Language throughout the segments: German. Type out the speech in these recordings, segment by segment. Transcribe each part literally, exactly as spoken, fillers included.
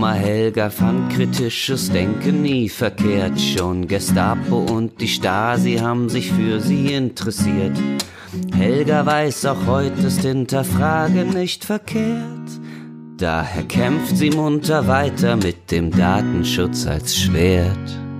Oma Helga fand kritisches Denken nie verkehrt. Schon Gestapo und die Stasi haben sich für sie interessiert. Helga weiß auch heute, ist Hinterfragen nicht verkehrt. Daher kämpft sie munter weiter mit dem Datenschutz als Schwert.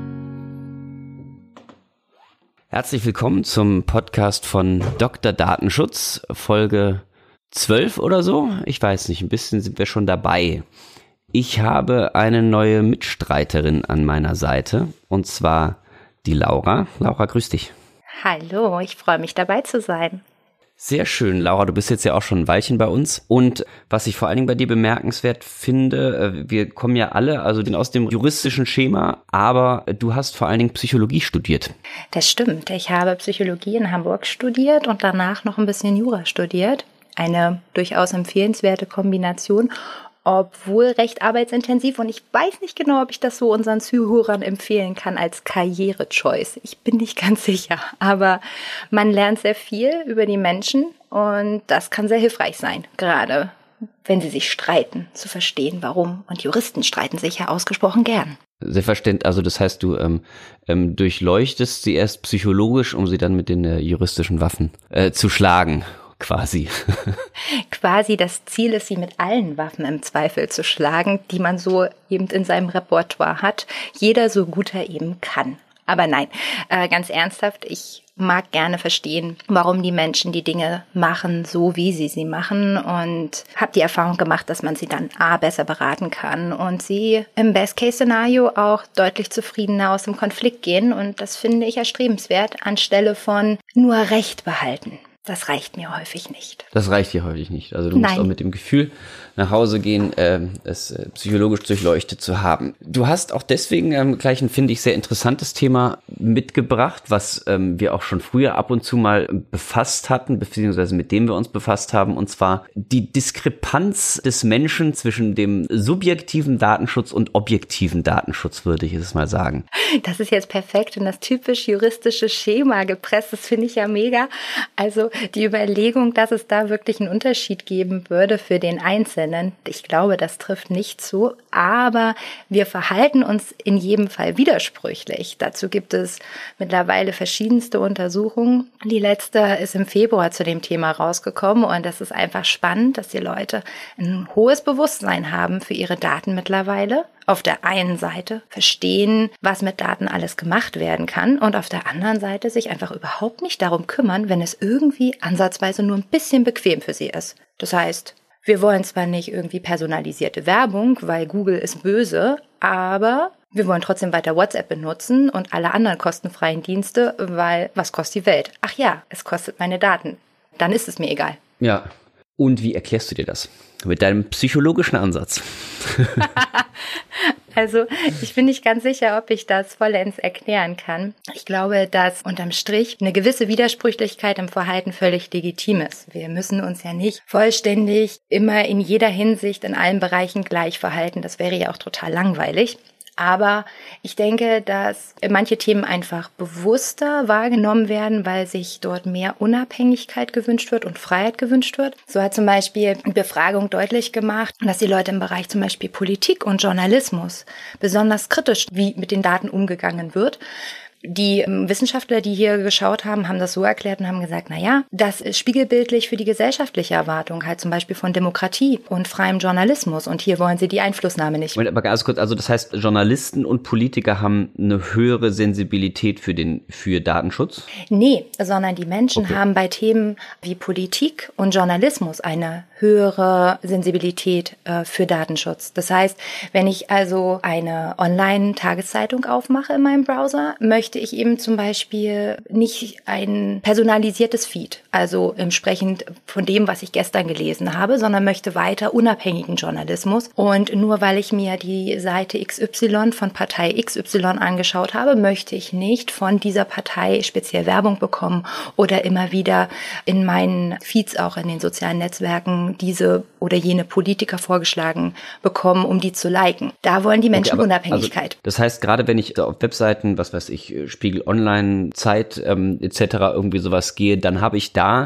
Herzlich willkommen zum Podcast von Doktor Datenschutz, Folge zwölf oder so. Ich weiß nicht, ein bisschen sind wir schon dabei. Ich habe eine neue Mitstreiterin an meiner Seite, und zwar die Laura. Laura, grüß dich. Hallo, ich freue mich, dabei zu sein. Sehr schön, Laura, du bist jetzt ja auch schon ein Weilchen bei uns. Und was ich vor allen Dingen bei dir bemerkenswert finde, wir kommen ja alle also aus dem juristischen Schema, aber du hast vor allen Dingen Psychologie studiert. Das stimmt, ich habe Psychologie in Hamburg studiert und danach noch ein bisschen Jura studiert. Eine durchaus empfehlenswerte Kombination, obwohl recht arbeitsintensiv, und ich weiß nicht genau, ob ich das so unseren Zuhörern empfehlen kann als Karriere-Choice. Ich bin nicht ganz sicher, aber man lernt sehr viel über die Menschen und das kann sehr hilfreich sein, gerade wenn sie sich streiten, zu verstehen, warum. Und Juristen streiten sich ja ausgesprochen gern. Selbstverständlich, also das heißt, du ähm, ähm, durchleuchtest sie erst psychologisch, um sie dann mit den äh, juristischen Waffen äh, zu schlagen. Quasi. Quasi das Ziel ist, sie mit allen Waffen im Zweifel zu schlagen, die man so eben in seinem Repertoire hat. Jeder so gut er eben kann. Aber nein, äh, ganz ernsthaft, ich mag gerne verstehen, warum die Menschen die Dinge machen, so wie sie sie machen, und habe die Erfahrung gemacht, dass man sie dann A, besser beraten kann und sie im Best-Case-Szenario auch deutlich zufriedener aus dem Konflikt gehen, und das finde ich erstrebenswert, anstelle von nur Recht behalten. Das reicht mir häufig nicht. Das reicht dir häufig nicht. Also du musst Nein. auch mit dem Gefühl nach Hause gehen, äh, es äh, psychologisch durchleuchtet zu haben. Du hast auch deswegen ähm, gleich ein, finde ich, sehr interessantes Thema mitgebracht, was ähm, wir auch schon früher ab und zu mal befasst hatten, beziehungsweise mit dem wir uns befasst haben, und zwar die Diskrepanz des Menschen zwischen dem subjektiven Datenschutz und objektiven Datenschutz, würde ich es mal sagen. Das ist jetzt perfekt in das typisch juristische Schema gepresst. Das finde ich ja mega. Also die Überlegung, dass es da wirklich einen Unterschied geben würde für den Einzelnen, ich glaube, das trifft nicht zu, aber wir verhalten uns in jedem Fall widersprüchlich. Dazu gibt es mittlerweile verschiedenste Untersuchungen. Die letzte ist im Februar zu dem Thema rausgekommen, und das ist einfach spannend, dass die Leute ein hohes Bewusstsein haben für ihre Daten mittlerweile. Auf der einen Seite verstehen, was mit Daten alles gemacht werden kann, und auf der anderen Seite sich einfach überhaupt nicht darum kümmern, wenn es irgendwie ansatzweise nur ein bisschen bequem für sie ist. Das heißt, wir wollen zwar nicht irgendwie personalisierte Werbung, weil Google ist böse, aber wir wollen trotzdem weiter WhatsApp benutzen und alle anderen kostenfreien Dienste, weil was kostet die Welt? Ach ja, es kostet meine Daten. Dann ist es mir egal. Ja. Und wie erklärst du dir das? Mit deinem psychologischen Ansatz. Also ich bin nicht ganz sicher, ob ich das vollends erklären kann. Ich glaube, dass unterm Strich eine gewisse Widersprüchlichkeit im Verhalten völlig legitim ist. Wir müssen uns ja nicht vollständig immer in jeder Hinsicht in allen Bereichen gleich verhalten. Das wäre ja auch total langweilig. Aber ich denke, dass manche Themen einfach bewusster wahrgenommen werden, weil sich dort mehr Unabhängigkeit gewünscht wird und Freiheit gewünscht wird. So hat zum Beispiel eine Befragung deutlich gemacht, dass die Leute im Bereich zum Beispiel Politik und Journalismus besonders kritisch, wie mit den Daten umgegangen wird. Die ähm, Wissenschaftler, die hier geschaut haben, haben das so erklärt und haben gesagt, na ja, das ist spiegelbildlich für die gesellschaftliche Erwartung, halt zum Beispiel von Demokratie und freiem Journalismus. Und hier wollen sie die Einflussnahme nicht. Aber ganz kurz, also das heißt, Journalisten und Politiker haben eine höhere Sensibilität für den für Datenschutz? Nee, sondern die Menschen okay. haben bei Themen wie Politik und Journalismus eine höhere Sensibilität äh, für Datenschutz. Das heißt, wenn ich also eine Online-Tageszeitung aufmache in meinem Browser, möchte ich eben zum Beispiel nicht ein personalisiertes Feed, also entsprechend von dem, was ich gestern gelesen habe, sondern möchte weiter unabhängigen Journalismus. Und nur weil ich mir die Seite X Y von Partei X Y angeschaut habe, möchte ich nicht von dieser Partei speziell Werbung bekommen oder immer wieder in meinen Feeds, auch in den sozialen Netzwerken, diese oder jene Politiker vorgeschlagen bekommen, um die zu liken. Da wollen die Menschen okay, Unabhängigkeit. Also, das heißt, gerade wenn ich auf Webseiten, was weiß ich, Spiegel Online, Zeit ähm, et cetera irgendwie sowas gehe, dann habe ich da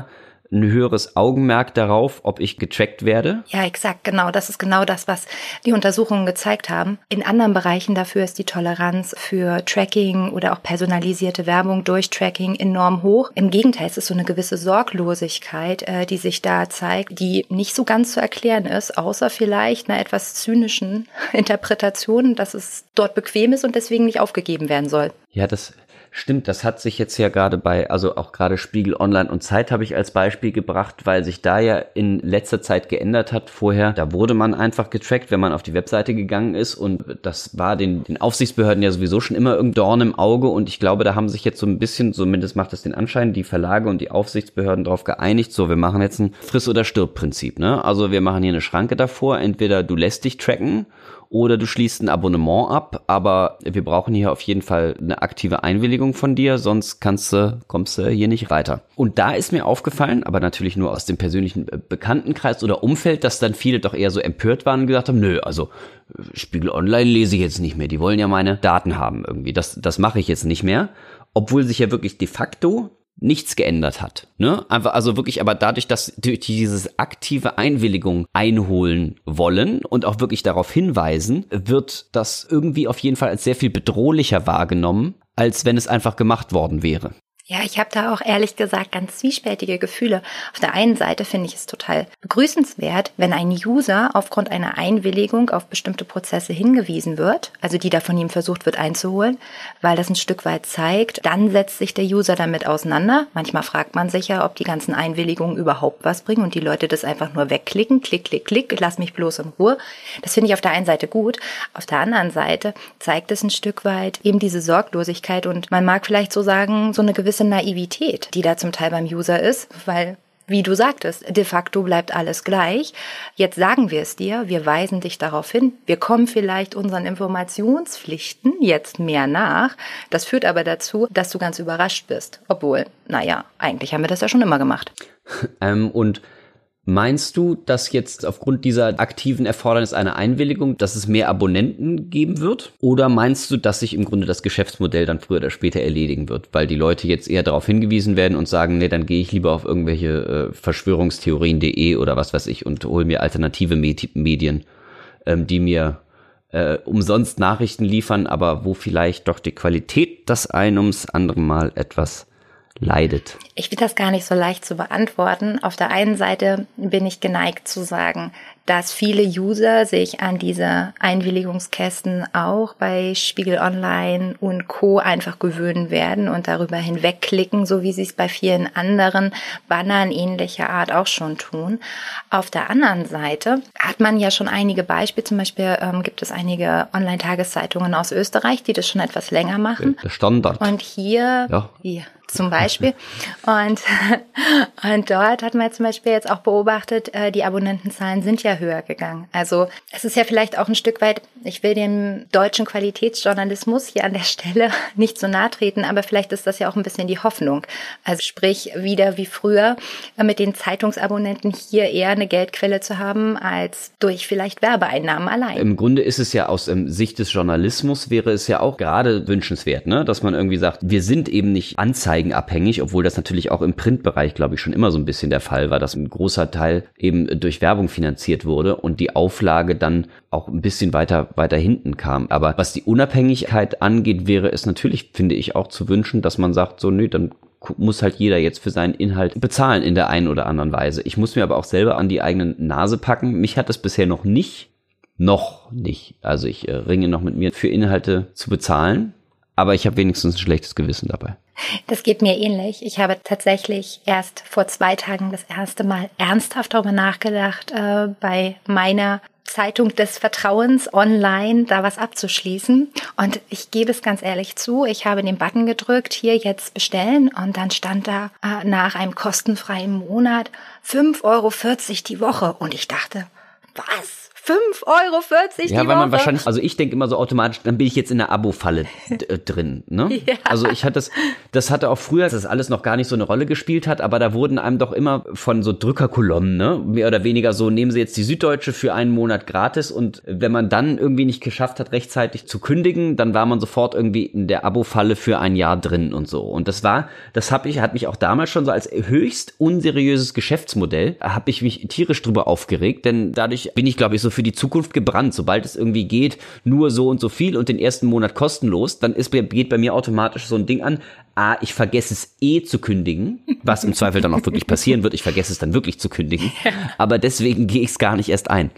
ein höheres Augenmerk darauf, ob ich getrackt werde? Ja, exakt, genau. Das ist genau das, was die Untersuchungen gezeigt haben. In anderen Bereichen dafür ist die Toleranz für Tracking oder auch personalisierte Werbung durch Tracking enorm hoch. Im Gegenteil, es ist so eine gewisse Sorglosigkeit, äh, die sich da zeigt, die nicht so ganz zu erklären ist, außer vielleicht einer etwas zynischen Interpretation, dass es dort bequem ist und deswegen nicht aufgegeben werden soll. Ja, das stimmt, das hat sich jetzt ja gerade bei, also auch gerade Spiegel Online und Zeit habe ich als Beispiel gebracht, weil sich da ja in letzter Zeit geändert hat. Vorher, da wurde man einfach getrackt, wenn man auf die Webseite gegangen ist, und das war den, den Aufsichtsbehörden ja sowieso schon immer irgendein Dorn im Auge, und ich glaube, da haben sich jetzt so ein bisschen, zumindest macht es den Anschein, die Verlage und die Aufsichtsbehörden darauf geeinigt, so, wir machen jetzt ein Friss- oder Stirb-Prinzip, ne? Also wir machen hier eine Schranke davor, entweder du lässt dich tracken oder du schließt ein Abonnement ab, aber wir brauchen hier auf jeden Fall eine aktive Einwilligung von dir, sonst kannst du, kommst du hier nicht weiter. Und da ist mir aufgefallen, aber natürlich nur aus dem persönlichen Bekanntenkreis oder Umfeld, dass dann viele doch eher so empört waren und gesagt haben, nö, also Spiegel Online lese ich jetzt nicht mehr, die wollen ja meine Daten haben irgendwie, das, das mache ich jetzt nicht mehr, obwohl sich ja wirklich de facto nichts geändert hat, ne? Einfach, also wirklich, aber dadurch, dass durch dieses aktive Einwilligung einholen wollen und auch wirklich darauf hinweisen, wird das irgendwie auf jeden Fall als sehr viel bedrohlicher wahrgenommen, als wenn es einfach gemacht worden wäre. Ja, ich habe da auch ehrlich gesagt ganz zwiespältige Gefühle. Auf der einen Seite finde ich es total begrüßenswert, wenn ein User aufgrund einer Einwilligung auf bestimmte Prozesse hingewiesen wird, also die da von ihm versucht wird einzuholen, weil das ein Stück weit zeigt, dann setzt sich der User damit auseinander. Manchmal fragt man sich ja, ob die ganzen Einwilligungen überhaupt was bringen und die Leute das einfach nur wegklicken, klick, klick, klick, lass mich bloß in Ruhe. Das finde ich auf der einen Seite gut. Auf der anderen Seite zeigt es ein Stück weit eben diese Sorglosigkeit und man mag vielleicht so sagen, so eine gewisse Naivität, die da zum Teil beim User ist, weil, wie du sagtest, de facto bleibt alles gleich. Jetzt sagen wir es dir, wir weisen dich darauf hin, wir kommen vielleicht unseren Informationspflichten jetzt mehr nach. Das führt aber dazu, dass du ganz überrascht bist, obwohl, naja, eigentlich haben wir das ja schon immer gemacht. ähm, und Meinst du, dass jetzt aufgrund dieser aktiven Erfordernis einer Einwilligung, dass es mehr Abonnenten geben wird? Oder meinst du, dass sich im Grunde das Geschäftsmodell dann früher oder später erledigen wird? Weil die Leute jetzt eher darauf hingewiesen werden und sagen, nee, dann gehe ich lieber auf irgendwelche äh, Verschwörungstheorien punkt de oder was weiß ich und hole mir alternative Med- Medien, ähm, die mir äh, umsonst Nachrichten liefern, aber wo vielleicht doch die Qualität das ein ums andere Mal etwas leidet? Ich finde das gar nicht so leicht zu beantworten. Auf der einen Seite bin ich geneigt zu sagen, dass viele User sich an diese Einwilligungskästen auch bei Spiegel Online und Co. einfach gewöhnen werden und darüber hinwegklicken, so wie sie es bei vielen anderen Bannern ähnlicher Art auch schon tun. Auf der anderen Seite hat man ja schon einige Beispiele, zum Beispiel ähm, gibt es einige Online-Tageszeitungen aus Österreich, die das schon etwas länger machen. Der Standard. Und hier, ja. hier zum Beispiel. Und, und dort hat man zum Beispiel jetzt auch beobachtet, äh, die Abonnentenzahlen sind ja höher gegangen. Also es ist ja vielleicht auch ein Stück weit, ich will dem deutschen Qualitätsjournalismus hier an der Stelle nicht so nahe treten, aber vielleicht ist das ja auch ein bisschen die Hoffnung. Also sprich, wieder wie früher äh, mit den Zeitungsabonnenten hier eher eine Geldquelle zu haben, als durch vielleicht Werbeeinnahmen allein. Im Grunde ist es ja aus ähm, Sicht des Journalismus wäre es ja auch gerade wünschenswert, ne, dass man irgendwie sagt, wir sind eben nicht anzeigenabhängig, obwohl das natürlich auch im Printbereich, glaube ich, schon immer so ein bisschen der Fall war, dass ein großer Teil eben durch Werbung finanziert wurde und die Auflage dann auch ein bisschen weiter weiter hinten kam. Aber was die Unabhängigkeit angeht, wäre es natürlich, finde ich, auch zu wünschen, dass man sagt, so, nö, dann muss halt jeder jetzt für seinen Inhalt bezahlen in der einen oder anderen Weise. Ich muss mir aber auch selber an die eigene Nase packen. Mich hat das bisher noch nicht, noch nicht, also ich äh, ringe noch mit mir, für Inhalte zu bezahlen, aber ich habe wenigstens ein schlechtes Gewissen dabei. Das geht mir ähnlich. Ich habe tatsächlich erst vor zwei Tagen das erste Mal ernsthaft darüber nachgedacht, äh, bei meiner Zeitung des Vertrauens online da was abzuschließen. Und ich gebe es ganz ehrlich zu, ich habe den Button gedrückt, hier jetzt bestellen. Und dann stand da äh, nach einem kostenfreien Monat fünf Euro vierzig die Woche. Und ich dachte, was? fünf Euro vierzig Ja, die weil man Woche. wahrscheinlich, also ich denke immer so automatisch, dann bin ich jetzt in der Abo-Falle d- drin, ne? Ja. Also ich hatte das, das hatte auch früher, dass das alles noch gar nicht so eine Rolle gespielt hat, aber da wurden einem doch immer von so Drückerkolumnen, ne? Mehr oder weniger so, nehmen Sie jetzt die Süddeutsche für einen Monat gratis und wenn man dann irgendwie nicht geschafft hat, rechtzeitig zu kündigen, dann war man sofort irgendwie in der Abo-Falle für ein Jahr drin und so. Und das war, das habe ich, hat mich auch damals schon so als höchst unseriöses Geschäftsmodell, habe ich mich tierisch drüber aufgeregt, denn dadurch bin ich, glaube ich, so für die Zukunft gebrannt. Sobald es irgendwie geht, nur so und so viel und den ersten Monat kostenlos, dann ist, geht bei mir automatisch so ein Ding an, ah, ich vergesse es eh zu kündigen, was im Zweifel dann auch wirklich passieren wird, ich vergesse es dann wirklich zu kündigen, aber deswegen gehe ich es gar nicht erst ein.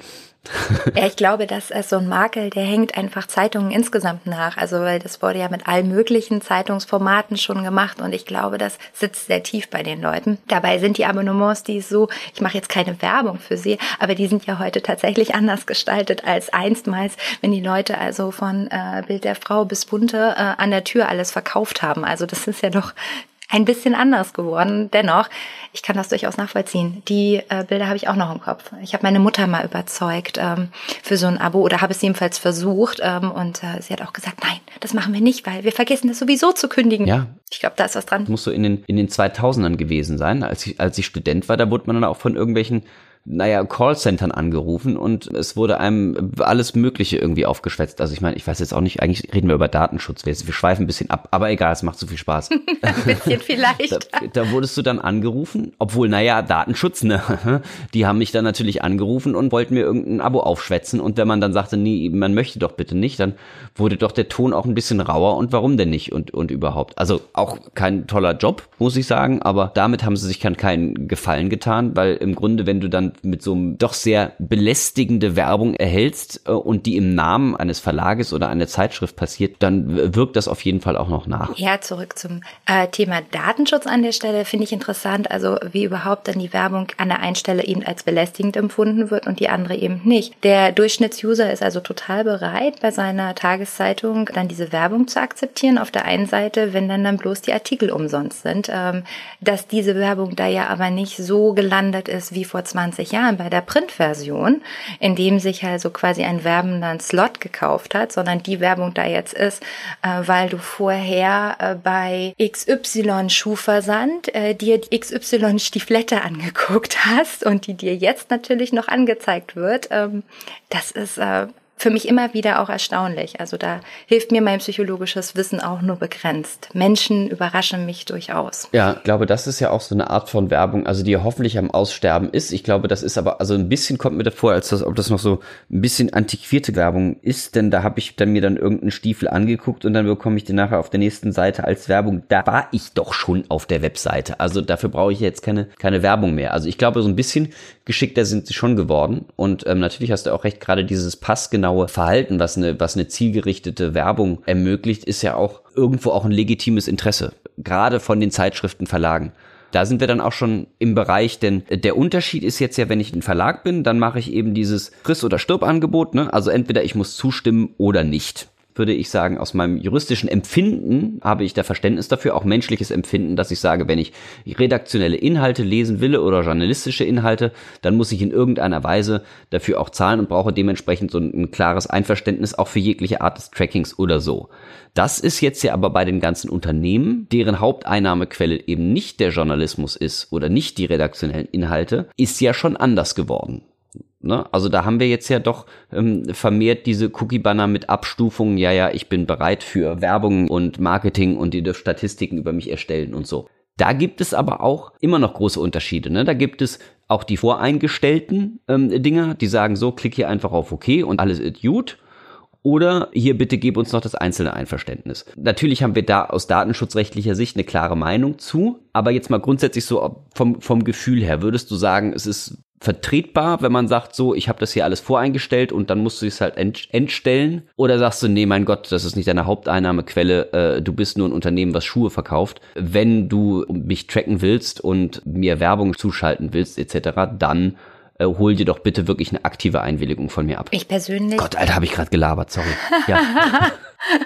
Ja, ich glaube, das ist so ein Makel, der hängt einfach Zeitungen insgesamt nach. Also, weil das wurde ja mit allen möglichen Zeitungsformaten schon gemacht und ich glaube, das sitzt sehr tief bei den Leuten. Dabei sind die Abonnements, die so, ich mache jetzt keine Werbung für sie, aber die sind ja heute tatsächlich anders gestaltet als einstmals, wenn die Leute also von äh, Bild der Frau bis Bunte äh, an der Tür alles verkauft haben. Also, das ist ja doch ein bisschen anders geworden. Dennoch, ich kann das durchaus nachvollziehen. Die äh, Bilder habe ich auch noch im Kopf. Ich habe meine Mutter mal überzeugt ähm, für so ein Abo oder habe es jedenfalls versucht ähm, und äh, sie hat auch gesagt, nein, das machen wir nicht, weil wir vergessen das sowieso zu kündigen. Ja. Ich glaube, da ist was dran. Das muss so in den, in den zweitausendern gewesen sein. Als ich, als ich Student war, da wurde man dann auch von irgendwelchen naja, Callcentern angerufen und es wurde einem alles Mögliche irgendwie aufgeschwätzt. Also ich meine, ich weiß jetzt auch nicht, eigentlich reden wir über Datenschutz, wir, wir schweifen ein bisschen ab, aber egal, es macht so viel Spaß. Ein bisschen vielleicht. Da, da wurdest du dann angerufen, obwohl, naja, Datenschutz, ne, die haben mich dann natürlich angerufen und wollten mir irgendein Abo aufschwätzen und wenn man dann sagte, nee, man möchte doch bitte nicht, dann wurde doch der Ton auch ein bisschen rauer und warum denn nicht und, und überhaupt. Also auch kein toller Job, muss ich sagen, aber damit haben sie sich keinen Gefallen getan, weil im Grunde, wenn du dann mit so einem doch sehr belästigende Werbung erhältst äh, und die im Namen eines Verlages oder einer Zeitschrift passiert, dann wirkt das auf jeden Fall auch noch nach. Ja, zurück zum äh, Thema Datenschutz an der Stelle finde ich interessant, also wie überhaupt dann die Werbung an der einen Stelle eben als belästigend empfunden wird und die andere eben nicht. Der Durchschnittsuser ist also total bereit, bei seiner Tageszeitung dann diese Werbung zu akzeptieren. Auf der einen Seite, wenn dann dann bloß die Artikel umsonst sind, ähm, dass diese Werbung da ja aber nicht so gelandet ist wie vor zwanzig Jahren bei der Printversion, in dem sich also quasi ein Werbender einen Slot gekauft hat, sondern die Werbung da jetzt ist, äh, weil du vorher äh, bei X Y Schuhversand äh, dir die X Y Stiflette angeguckt hast und die dir jetzt natürlich noch angezeigt wird. Ähm, das ist äh, für mich immer wieder auch erstaunlich. Also da hilft mir mein psychologisches Wissen auch nur begrenzt. Menschen überraschen mich durchaus. Ja, ich glaube, das ist ja auch so eine Art von Werbung, also die hoffentlich am Aussterben ist. Ich glaube, das ist aber, also ein bisschen kommt mir davor, als das, ob das noch so ein bisschen antiquierte Werbung ist, denn da habe ich dann mir dann irgendeinen Stiefel angeguckt und dann bekomme ich den nachher auf der nächsten Seite als Werbung. Da war ich doch schon auf der Webseite. Also dafür brauche ich jetzt keine, keine Werbung mehr. Also ich glaube, so ein bisschen geschickter sind sie schon geworden und ähm, natürlich hast du auch recht, gerade dieses passgenaue Verhalten, was eine, was eine zielgerichtete Werbung ermöglicht, ist ja auch irgendwo auch ein legitimes Interesse, gerade von den Zeitschriftenverlagen. Da sind wir dann auch schon im Bereich, denn der Unterschied ist jetzt ja, wenn ich ein Verlag bin, dann mache ich eben dieses Friss- oder Stirb-Angebot, ne? Also entweder ich muss zustimmen oder nicht. Würde ich sagen, aus meinem juristischen Empfinden habe ich da Verständnis dafür, auch menschliches Empfinden, dass ich sage, wenn ich redaktionelle Inhalte lesen will oder journalistische Inhalte, dann muss ich in irgendeiner Weise dafür auch zahlen und brauche dementsprechend so ein, ein klares Einverständnis auch für jegliche Art des Trackings oder so. Das ist jetzt ja aber bei den ganzen Unternehmen, deren Haupteinnahmequelle eben nicht der Journalismus ist oder nicht die redaktionellen Inhalte, ist ja schon anders geworden. Ne? Also da haben wir jetzt ja doch ähm, vermehrt diese Cookie-Banner mit Abstufungen, ja, ja, ich bin bereit für Werbung und Marketing und die dürfen Statistiken über mich erstellen und so. Da gibt es aber auch immer noch große Unterschiede. Ne? Da gibt es auch die voreingestellten ähm, Dinger, die sagen so, klick hier einfach auf OK und alles ist gut. Oder hier bitte gib uns noch das einzelne Einverständnis. Natürlich haben wir da aus datenschutzrechtlicher Sicht eine klare Meinung zu, aber jetzt mal grundsätzlich so vom, vom Gefühl her, würdest du sagen, es ist vertretbar, wenn man sagt so, ich habe das hier alles voreingestellt und dann musst du es halt ent- entstellen? Oder sagst du, nee, mein Gott, das ist nicht deine Haupteinnahmequelle, äh, du bist nur ein Unternehmen, was Schuhe verkauft. Wenn du mich tracken willst und mir Werbung zuschalten willst et cetera, dann äh, hol dir doch bitte wirklich eine aktive Einwilligung von mir ab. Ich persönlich... Gott, Alter, habe ich gerade gelabert, sorry. Ja.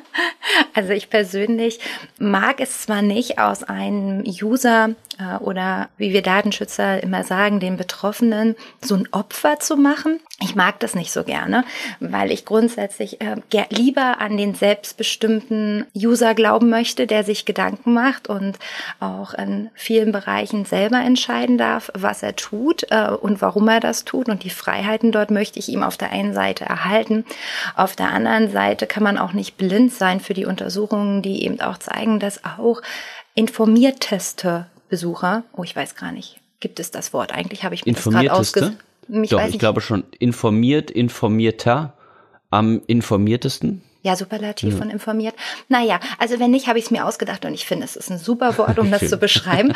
Also ich persönlich mag es zwar nicht, aus einem User äh, oder wie wir Datenschützer immer sagen, den Betroffenen so ein Opfer zu machen. Ich mag das nicht so gerne, weil ich grundsätzlich äh, ger- lieber an den selbstbestimmten User glauben möchte, der sich Gedanken macht und auch in vielen Bereichen selber entscheiden darf, was er tut äh, und warum er das tut. Und die Freiheiten dort möchte ich ihm auf der einen Seite erhalten. Auf der anderen Seite kann man auch nicht blind sein für die Untersuchungen, die eben auch zeigen, dass auch informierteste Besucher, oh, ich weiß gar nicht, gibt es das Wort? Eigentlich habe ich mir das gerade ausgesucht. Ich Doch, ich glaube schon, informiert, informierter, am informiertesten. Ja, Superlativ von informiert. Naja, also wenn nicht, habe ich es mir ausgedacht und ich finde, es ist ein super Wort, um das zu beschreiben.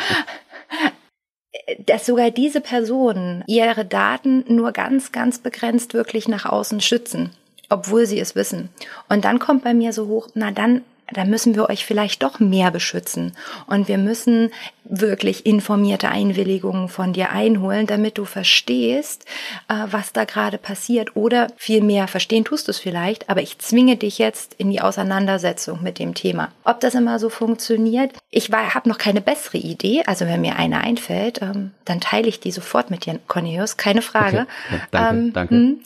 Dass sogar diese Personen ihre Daten nur ganz, ganz begrenzt wirklich nach außen schützen, obwohl sie es wissen. Und dann kommt bei mir so hoch, na dann, da müssen wir euch vielleicht doch mehr beschützen. Und wir müssen wirklich informierte Einwilligungen von dir einholen, damit du verstehst, was da gerade passiert. Oder vielmehr, verstehen tust du es vielleicht, aber ich zwinge dich jetzt in die Auseinandersetzung mit dem Thema. Ob das immer so funktioniert, ich habe noch keine bessere Idee. Also wenn mir eine einfällt, ähm, dann teile ich die sofort mit dir, Cornelius, keine Frage. Okay. Ja, danke, ähm, danke. Hm.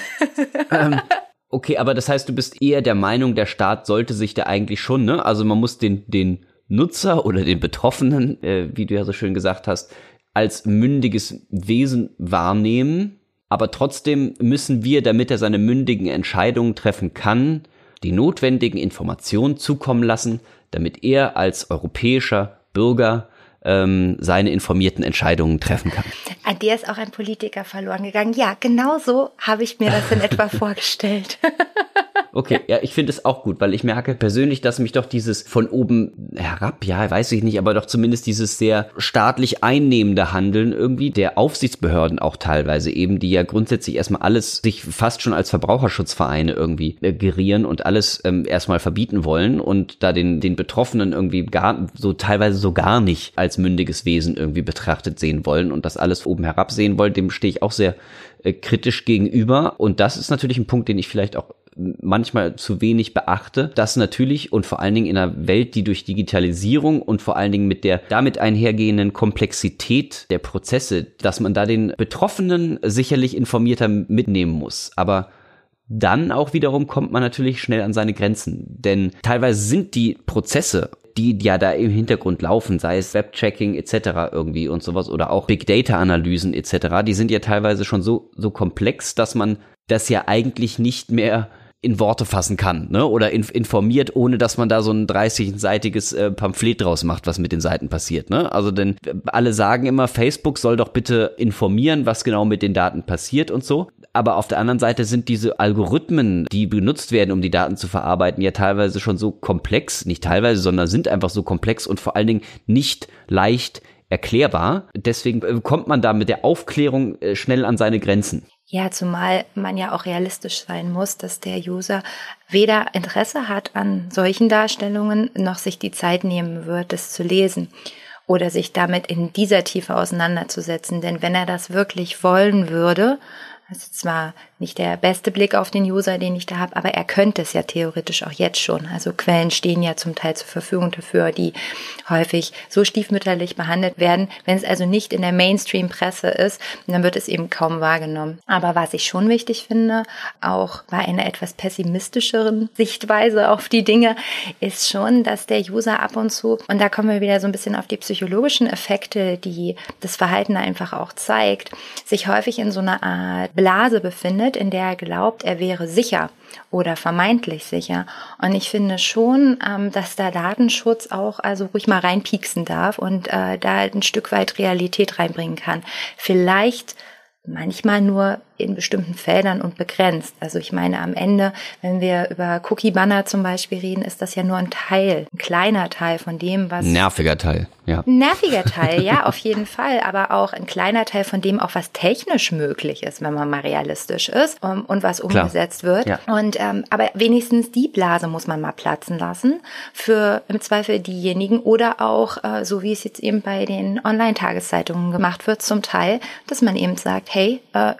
ähm. Okay, aber das heißt, du bist eher der Meinung, der Staat sollte sich da eigentlich schon, ne? Also man muss den den Nutzer oder den Betroffenen, äh, wie du ja so schön gesagt hast, als mündiges Wesen wahrnehmen. Aber trotzdem müssen wir, damit er seine mündigen Entscheidungen treffen kann, die notwendigen Informationen zukommen lassen, damit er als europäischer Bürger ähm, seine informierten Entscheidungen treffen kann. An dir ist auch ein Politiker verloren gegangen. Ja, genau so habe ich mir das in etwa vorgestellt. Okay, ja, ich finde es auch gut, weil ich merke persönlich, dass mich doch dieses von oben herab, ja, weiß ich nicht, aber doch zumindest dieses sehr staatlich einnehmende Handeln irgendwie der Aufsichtsbehörden auch teilweise eben, die ja grundsätzlich erstmal alles sich fast schon als Verbraucherschutzvereine irgendwie äh, gerieren und alles ähm, erstmal verbieten wollen und da den den Betroffenen irgendwie gar so teilweise so gar nicht als mündiges Wesen irgendwie betrachtet sehen wollen und das alles oben herab sehen wollen, dem stehe ich auch sehr äh, kritisch gegenüber. Und das ist natürlich ein Punkt, den ich vielleicht auch manchmal zu wenig beachte, dass natürlich und vor allen Dingen in einer Welt, die durch Digitalisierung und vor allen Dingen mit der damit einhergehenden Komplexität der Prozesse, dass man da den Betroffenen sicherlich informierter mitnehmen muss. Aber dann auch wiederum kommt man natürlich schnell an seine Grenzen, denn teilweise sind die Prozesse, die ja da im Hintergrund laufen, sei es Webchecking et cetera irgendwie und sowas oder auch Big-Data-Analysen et cetera, die sind ja teilweise schon so so komplex, dass man das ja eigentlich nicht mehr in Worte fassen kann, ne? Oder in, informiert, ohne dass man da so ein dreißig-seitiges äh, Pamphlet draus macht, was mit den Seiten passiert, ne? Also denn alle sagen immer, Facebook soll doch bitte informieren, was genau mit den Daten passiert und so. Aber auf der anderen Seite sind diese Algorithmen, die benutzt werden, um die Daten zu verarbeiten, ja teilweise schon so komplex, nicht teilweise, sondern sind einfach so komplex und vor allen Dingen nicht leicht erklärbar. Deswegen kommt man da mit der Aufklärung äh, schnell an seine Grenzen. Ja, zumal man ja auch realistisch sein muss, dass der User weder Interesse hat an solchen Darstellungen, noch sich die Zeit nehmen wird, es zu lesen oder sich damit in dieser Tiefe auseinanderzusetzen. Denn wenn er das wirklich wollen würde, das ist zwar nicht der beste Blick auf den User, den ich da habe, aber er könnte es ja theoretisch auch jetzt schon. Also Quellen stehen ja zum Teil zur Verfügung dafür, die häufig so stiefmütterlich behandelt werden. Wenn es also nicht in der Mainstream-Presse ist, dann wird es eben kaum wahrgenommen. Aber was ich schon wichtig finde, auch bei einer etwas pessimistischeren Sichtweise auf die Dinge, ist schon, dass der User ab und zu, und da kommen wir wieder so ein bisschen auf die psychologischen Effekte, die das Verhalten einfach auch zeigt, sich häufig in so einer Art Blase befindet, in der er glaubt, er wäre sicher oder vermeintlich sicher. Und ich finde schon, ähm, dass da Datenschutz auch also ruhig mal reinpieksen darf und äh, da ein Stück weit Realität reinbringen kann. Vielleicht manchmal nur in bestimmten Feldern und begrenzt. Also ich meine, am Ende, wenn wir über Cookie-Banner zum Beispiel reden, ist das ja nur ein Teil, ein kleiner Teil von dem, was... Nerviger Teil, ja. Ein nerviger Teil, ja, auf jeden Fall. Aber auch ein kleiner Teil von dem, auch was technisch möglich ist, wenn man mal realistisch ist um, und was umgesetzt Klar. wird. Ja. Und ähm, aber wenigstens die Blase muss man mal platzen lassen für im Zweifel diejenigen oder auch, äh, so wie es jetzt eben bei den Online-Tageszeitungen gemacht wird, zum Teil, dass man eben sagt, hey, äh, übrigens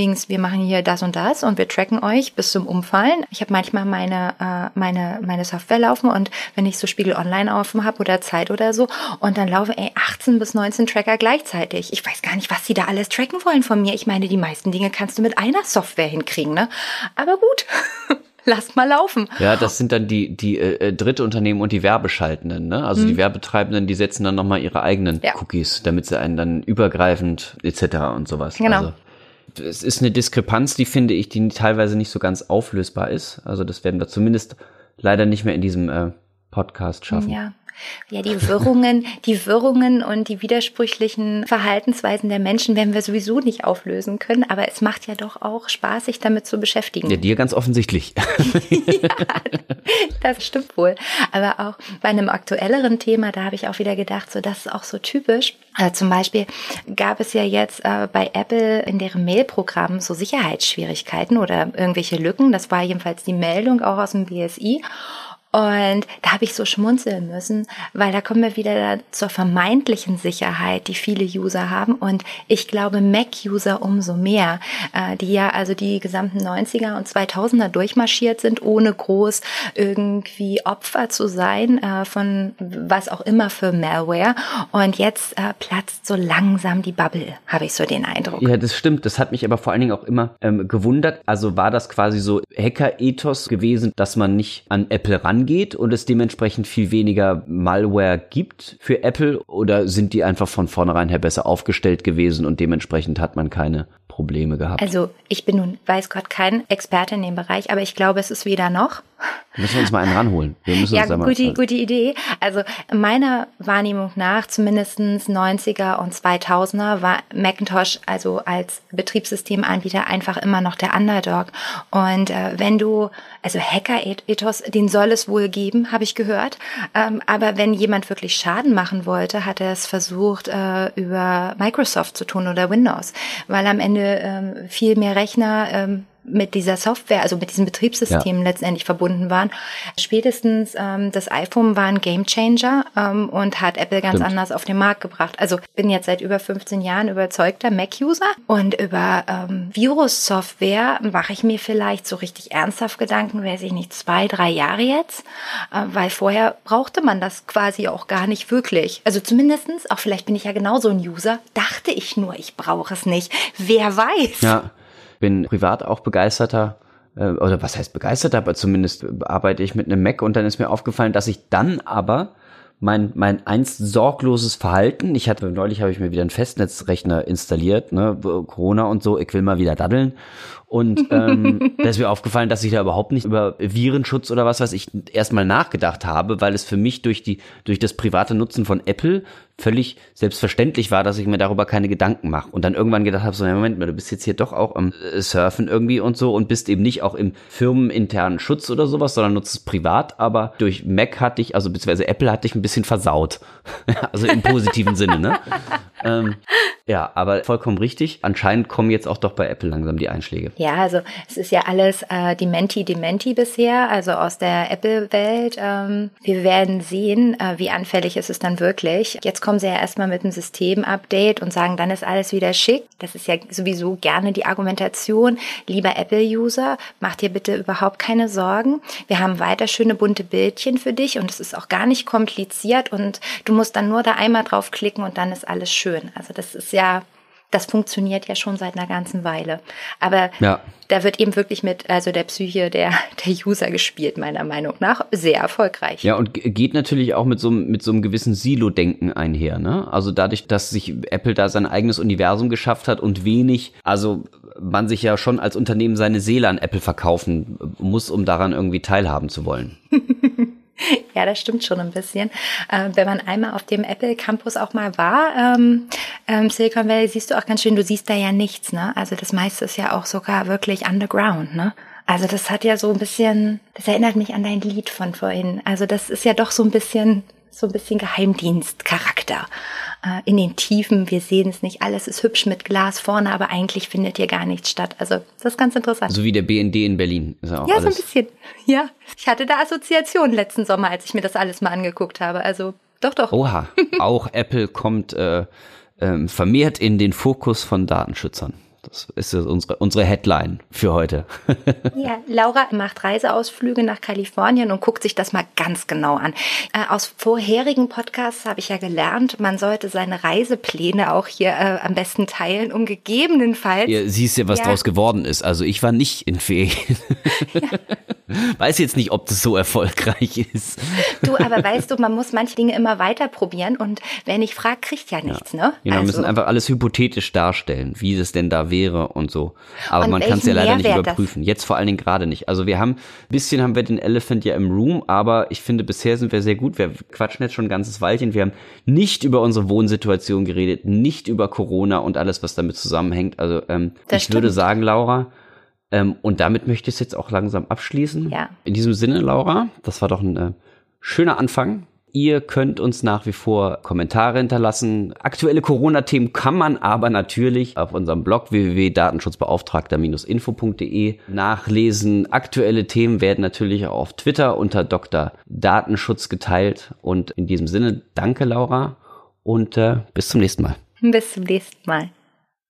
übrigens, wir machen hier das und das und wir tracken euch bis zum Umfallen. Ich habe manchmal meine, äh, meine, meine Software laufen und wenn ich so Spiegel Online offen habe oder Zeit oder so und dann laufen ey, achtzehn bis neunzehn Tracker gleichzeitig. Ich weiß gar nicht, was sie da alles tracken wollen von mir. Ich meine, die meisten Dinge kannst du mit einer Software hinkriegen, ne? Aber gut. Lass mal laufen. Ja, das sind dann die die äh, dritte Unternehmen und die Werbeschaltenden, ne? Also hm. die Werbetreibenden, die setzen dann nochmal ihre eigenen ja. Cookies, damit sie einen dann übergreifend et cetera und sowas. Genau. Also, es ist eine Diskrepanz, die finde ich, die teilweise nicht so ganz auflösbar ist. Also das werden wir zumindest leider nicht mehr in diesem äh, Podcast schaffen. Ja. Ja, die Wirrungen, die Wirrungen und die widersprüchlichen Verhaltensweisen der Menschen werden wir sowieso nicht auflösen können, aber es macht ja doch auch Spaß, sich damit zu beschäftigen. Ja, dir ganz offensichtlich. Ja, das stimmt wohl. Aber auch bei einem aktuelleren Thema, da habe ich auch wieder gedacht, so das ist auch so typisch. Also zum Beispiel gab es ja jetzt äh, bei Apple in deren Mail-Programm so Sicherheitsschwierigkeiten oder irgendwelche Lücken. Das war jedenfalls die Meldung auch aus dem B S I. Und da habe ich so schmunzeln müssen, weil da kommen wir wieder zur vermeintlichen Sicherheit, die viele User haben. Und ich glaube, Mac-User umso mehr, äh, die ja also die gesamten neunziger und zweitausender durchmarschiert sind, ohne groß irgendwie Opfer zu sein äh, von was auch immer für Malware. Und jetzt äh, platzt so langsam die Bubble, habe ich so den Eindruck. Ja, das stimmt. Das hat mich aber vor allen Dingen auch immer ähm, gewundert. Also war das quasi so Hacker-Ethos gewesen, dass man nicht an Apple ran geht und es dementsprechend viel weniger Malware gibt für Apple, oder sind die einfach von vornherein her besser aufgestellt gewesen und dementsprechend hat man keine Probleme gehabt? Also ich bin nun, weiß Gott, kein Experte in dem Bereich, aber ich glaube, es ist weder noch. Müssen wir uns mal einen ranholen. Wir müssen ja, uns da mal gute, gute Idee. Also meiner Wahrnehmung nach, zumindest neunziger und zweitausender, war Macintosh also als Betriebssystemanbieter einfach immer noch der Underdog. Und äh, wenn du, also Hacker-Ethos, den soll es wohl geben, habe ich gehört. Ähm, aber wenn jemand wirklich Schaden machen wollte, hat er es versucht, äh, über Microsoft zu tun oder Windows. Weil am Ende ähm, viel mehr Rechner ähm, mit dieser Software, also mit diesem Betriebssystem ja. letztendlich verbunden waren. Spätestens ähm, das iPhone war ein Gamechanger ähm, und hat Apple ganz Stimmt. anders auf den Markt gebracht. Also ich bin jetzt seit über fünfzehn Jahren überzeugter Mac-User und über ähm, Virus-Software mache ich mir vielleicht so richtig ernsthaft Gedanken, weiß ich nicht, zwei, drei Jahre jetzt, äh, weil vorher brauchte man das quasi auch gar nicht wirklich. Also zumindestens, auch vielleicht bin ich ja genauso ein User, dachte ich nur, ich brauche es nicht. Wer weiß? Ja. Bin privat auch begeisterter, äh, oder was heißt begeisterter, aber zumindest arbeite ich mit einem Mac und dann ist mir aufgefallen, dass ich dann aber mein mein einst sorgloses Verhalten, ich hatte neulich habe ich mir wieder einen Festnetzrechner installiert, ne, Corona und so, ich will mal wieder daddeln. Und ähm, da ist mir aufgefallen, dass ich da überhaupt nicht über Virenschutz oder was weiß ich erstmal nachgedacht habe, weil es für mich durch die durch das private Nutzen von Apple völlig selbstverständlich war, dass ich mir darüber keine Gedanken mache. Und dann irgendwann gedacht habe, so, na Moment mal, du bist jetzt hier doch auch am Surfen irgendwie und so und bist eben nicht auch im firmeninternen Schutz oder sowas, sondern nutzt es privat. Aber durch Mac hatte ich, also beziehungsweise Apple hatte ich ein bisschen versaut. Also im positiven Sinne, ne? ähm, ja, aber vollkommen richtig. Anscheinend kommen jetzt auch doch bei Apple langsam die Einschläge. Ja, also es ist ja alles äh, Dementi, Dementi bisher, also aus der Apple-Welt. Ähm, wir werden sehen, äh, wie anfällig ist es dann wirklich. Jetzt kommen sie ja erstmal mit einem System-Update und sagen, dann ist alles wieder schick. Das ist ja sowieso gerne die Argumentation. Lieber Apple-User, mach dir bitte überhaupt keine Sorgen. Wir haben weiter schöne bunte Bildchen für dich und es ist auch gar nicht kompliziert und du musst dann nur da einmal draufklicken und dann ist alles schön. Also das ist ja... Das funktioniert ja schon seit einer ganzen Weile. Aber ja. da wird eben wirklich mit also der Psyche der, der User gespielt, meiner Meinung nach. Sehr erfolgreich. Ja, und geht natürlich auch mit so, mit so einem gewissen Silo-Denken einher, ne? Also dadurch, dass sich Apple da sein eigenes Universum geschafft hat und wenig, also man sich ja schon als Unternehmen seine Seele an Apple verkaufen muss, um daran irgendwie teilhaben zu wollen. Ja, das stimmt schon ein bisschen. Äh, wenn man einmal auf dem Apple Campus auch mal war, ähm, ähm, Silicon Valley, siehst du auch ganz schön, du siehst da ja nichts, ne? Also das meiste ist ja auch sogar wirklich underground, ne? Also das hat ja so ein bisschen, das erinnert mich an dein Lied von vorhin. Also das ist ja doch so ein bisschen, so ein bisschen Geheimdienstcharakter. Äh, in den Tiefen, wir sehen es nicht, alles ist hübsch mit Glas vorne, aber eigentlich findet hier gar nichts statt. Also das ist ganz interessant. So wie der B N D in Berlin. Ist auch ja, alles. So ein bisschen. Ja, ich hatte da Assoziationen letzten Sommer, als ich mir das alles mal angeguckt habe. Also doch, doch. Oha, auch Apple kommt äh, ähm, vermehrt in den Fokus von Datenschützern. Das ist unsere, unsere Headline für heute. Ja, Laura macht Reiseausflüge nach Kalifornien und guckt sich das mal ganz genau an. Äh, aus vorherigen Podcasts habe ich ja gelernt, man sollte seine Reisepläne auch hier äh, am besten teilen, um gegebenenfalls... Ja, siehst ja, was ja. draus geworden ist. Also ich war nicht in Ferien. Ja. Weiß jetzt nicht, ob das so erfolgreich ist. Du, aber weißt du, man muss manche Dinge immer weiter probieren und wer nicht fragt, kriegt ja nichts, ja. ne? Genau, wir also. müssen einfach alles hypothetisch darstellen, wie das denn da wäre und so. Aber und man kann es ja leider Mehrwert nicht überprüfen. Jetzt vor allen Dingen gerade nicht. Also wir haben, ein bisschen haben wir den Elephant ja im Room, aber ich finde, bisher sind wir sehr gut. Wir quatschen jetzt schon ein ganzes Weilchen. Wir haben nicht über unsere Wohnsituation geredet, nicht über Corona und alles, was damit zusammenhängt. Also ähm, ich stimmt. würde sagen, Laura, Ähm, und damit möchte ich es jetzt auch langsam abschließen. Ja. In diesem Sinne, Laura, das war doch ein äh, schöner Anfang. Ihr könnt uns nach wie vor Kommentare hinterlassen. Aktuelle Corona-Themen kann man aber natürlich auf unserem Blog w w w punkt datenschutzbeauftragter Bindestrich info punkt d e nachlesen. Aktuelle Themen werden natürlich auch auf Twitter unter Doktor Datenschutz geteilt. Und in diesem Sinne, danke Laura und äh, bis zum nächsten Mal. Bis zum nächsten Mal.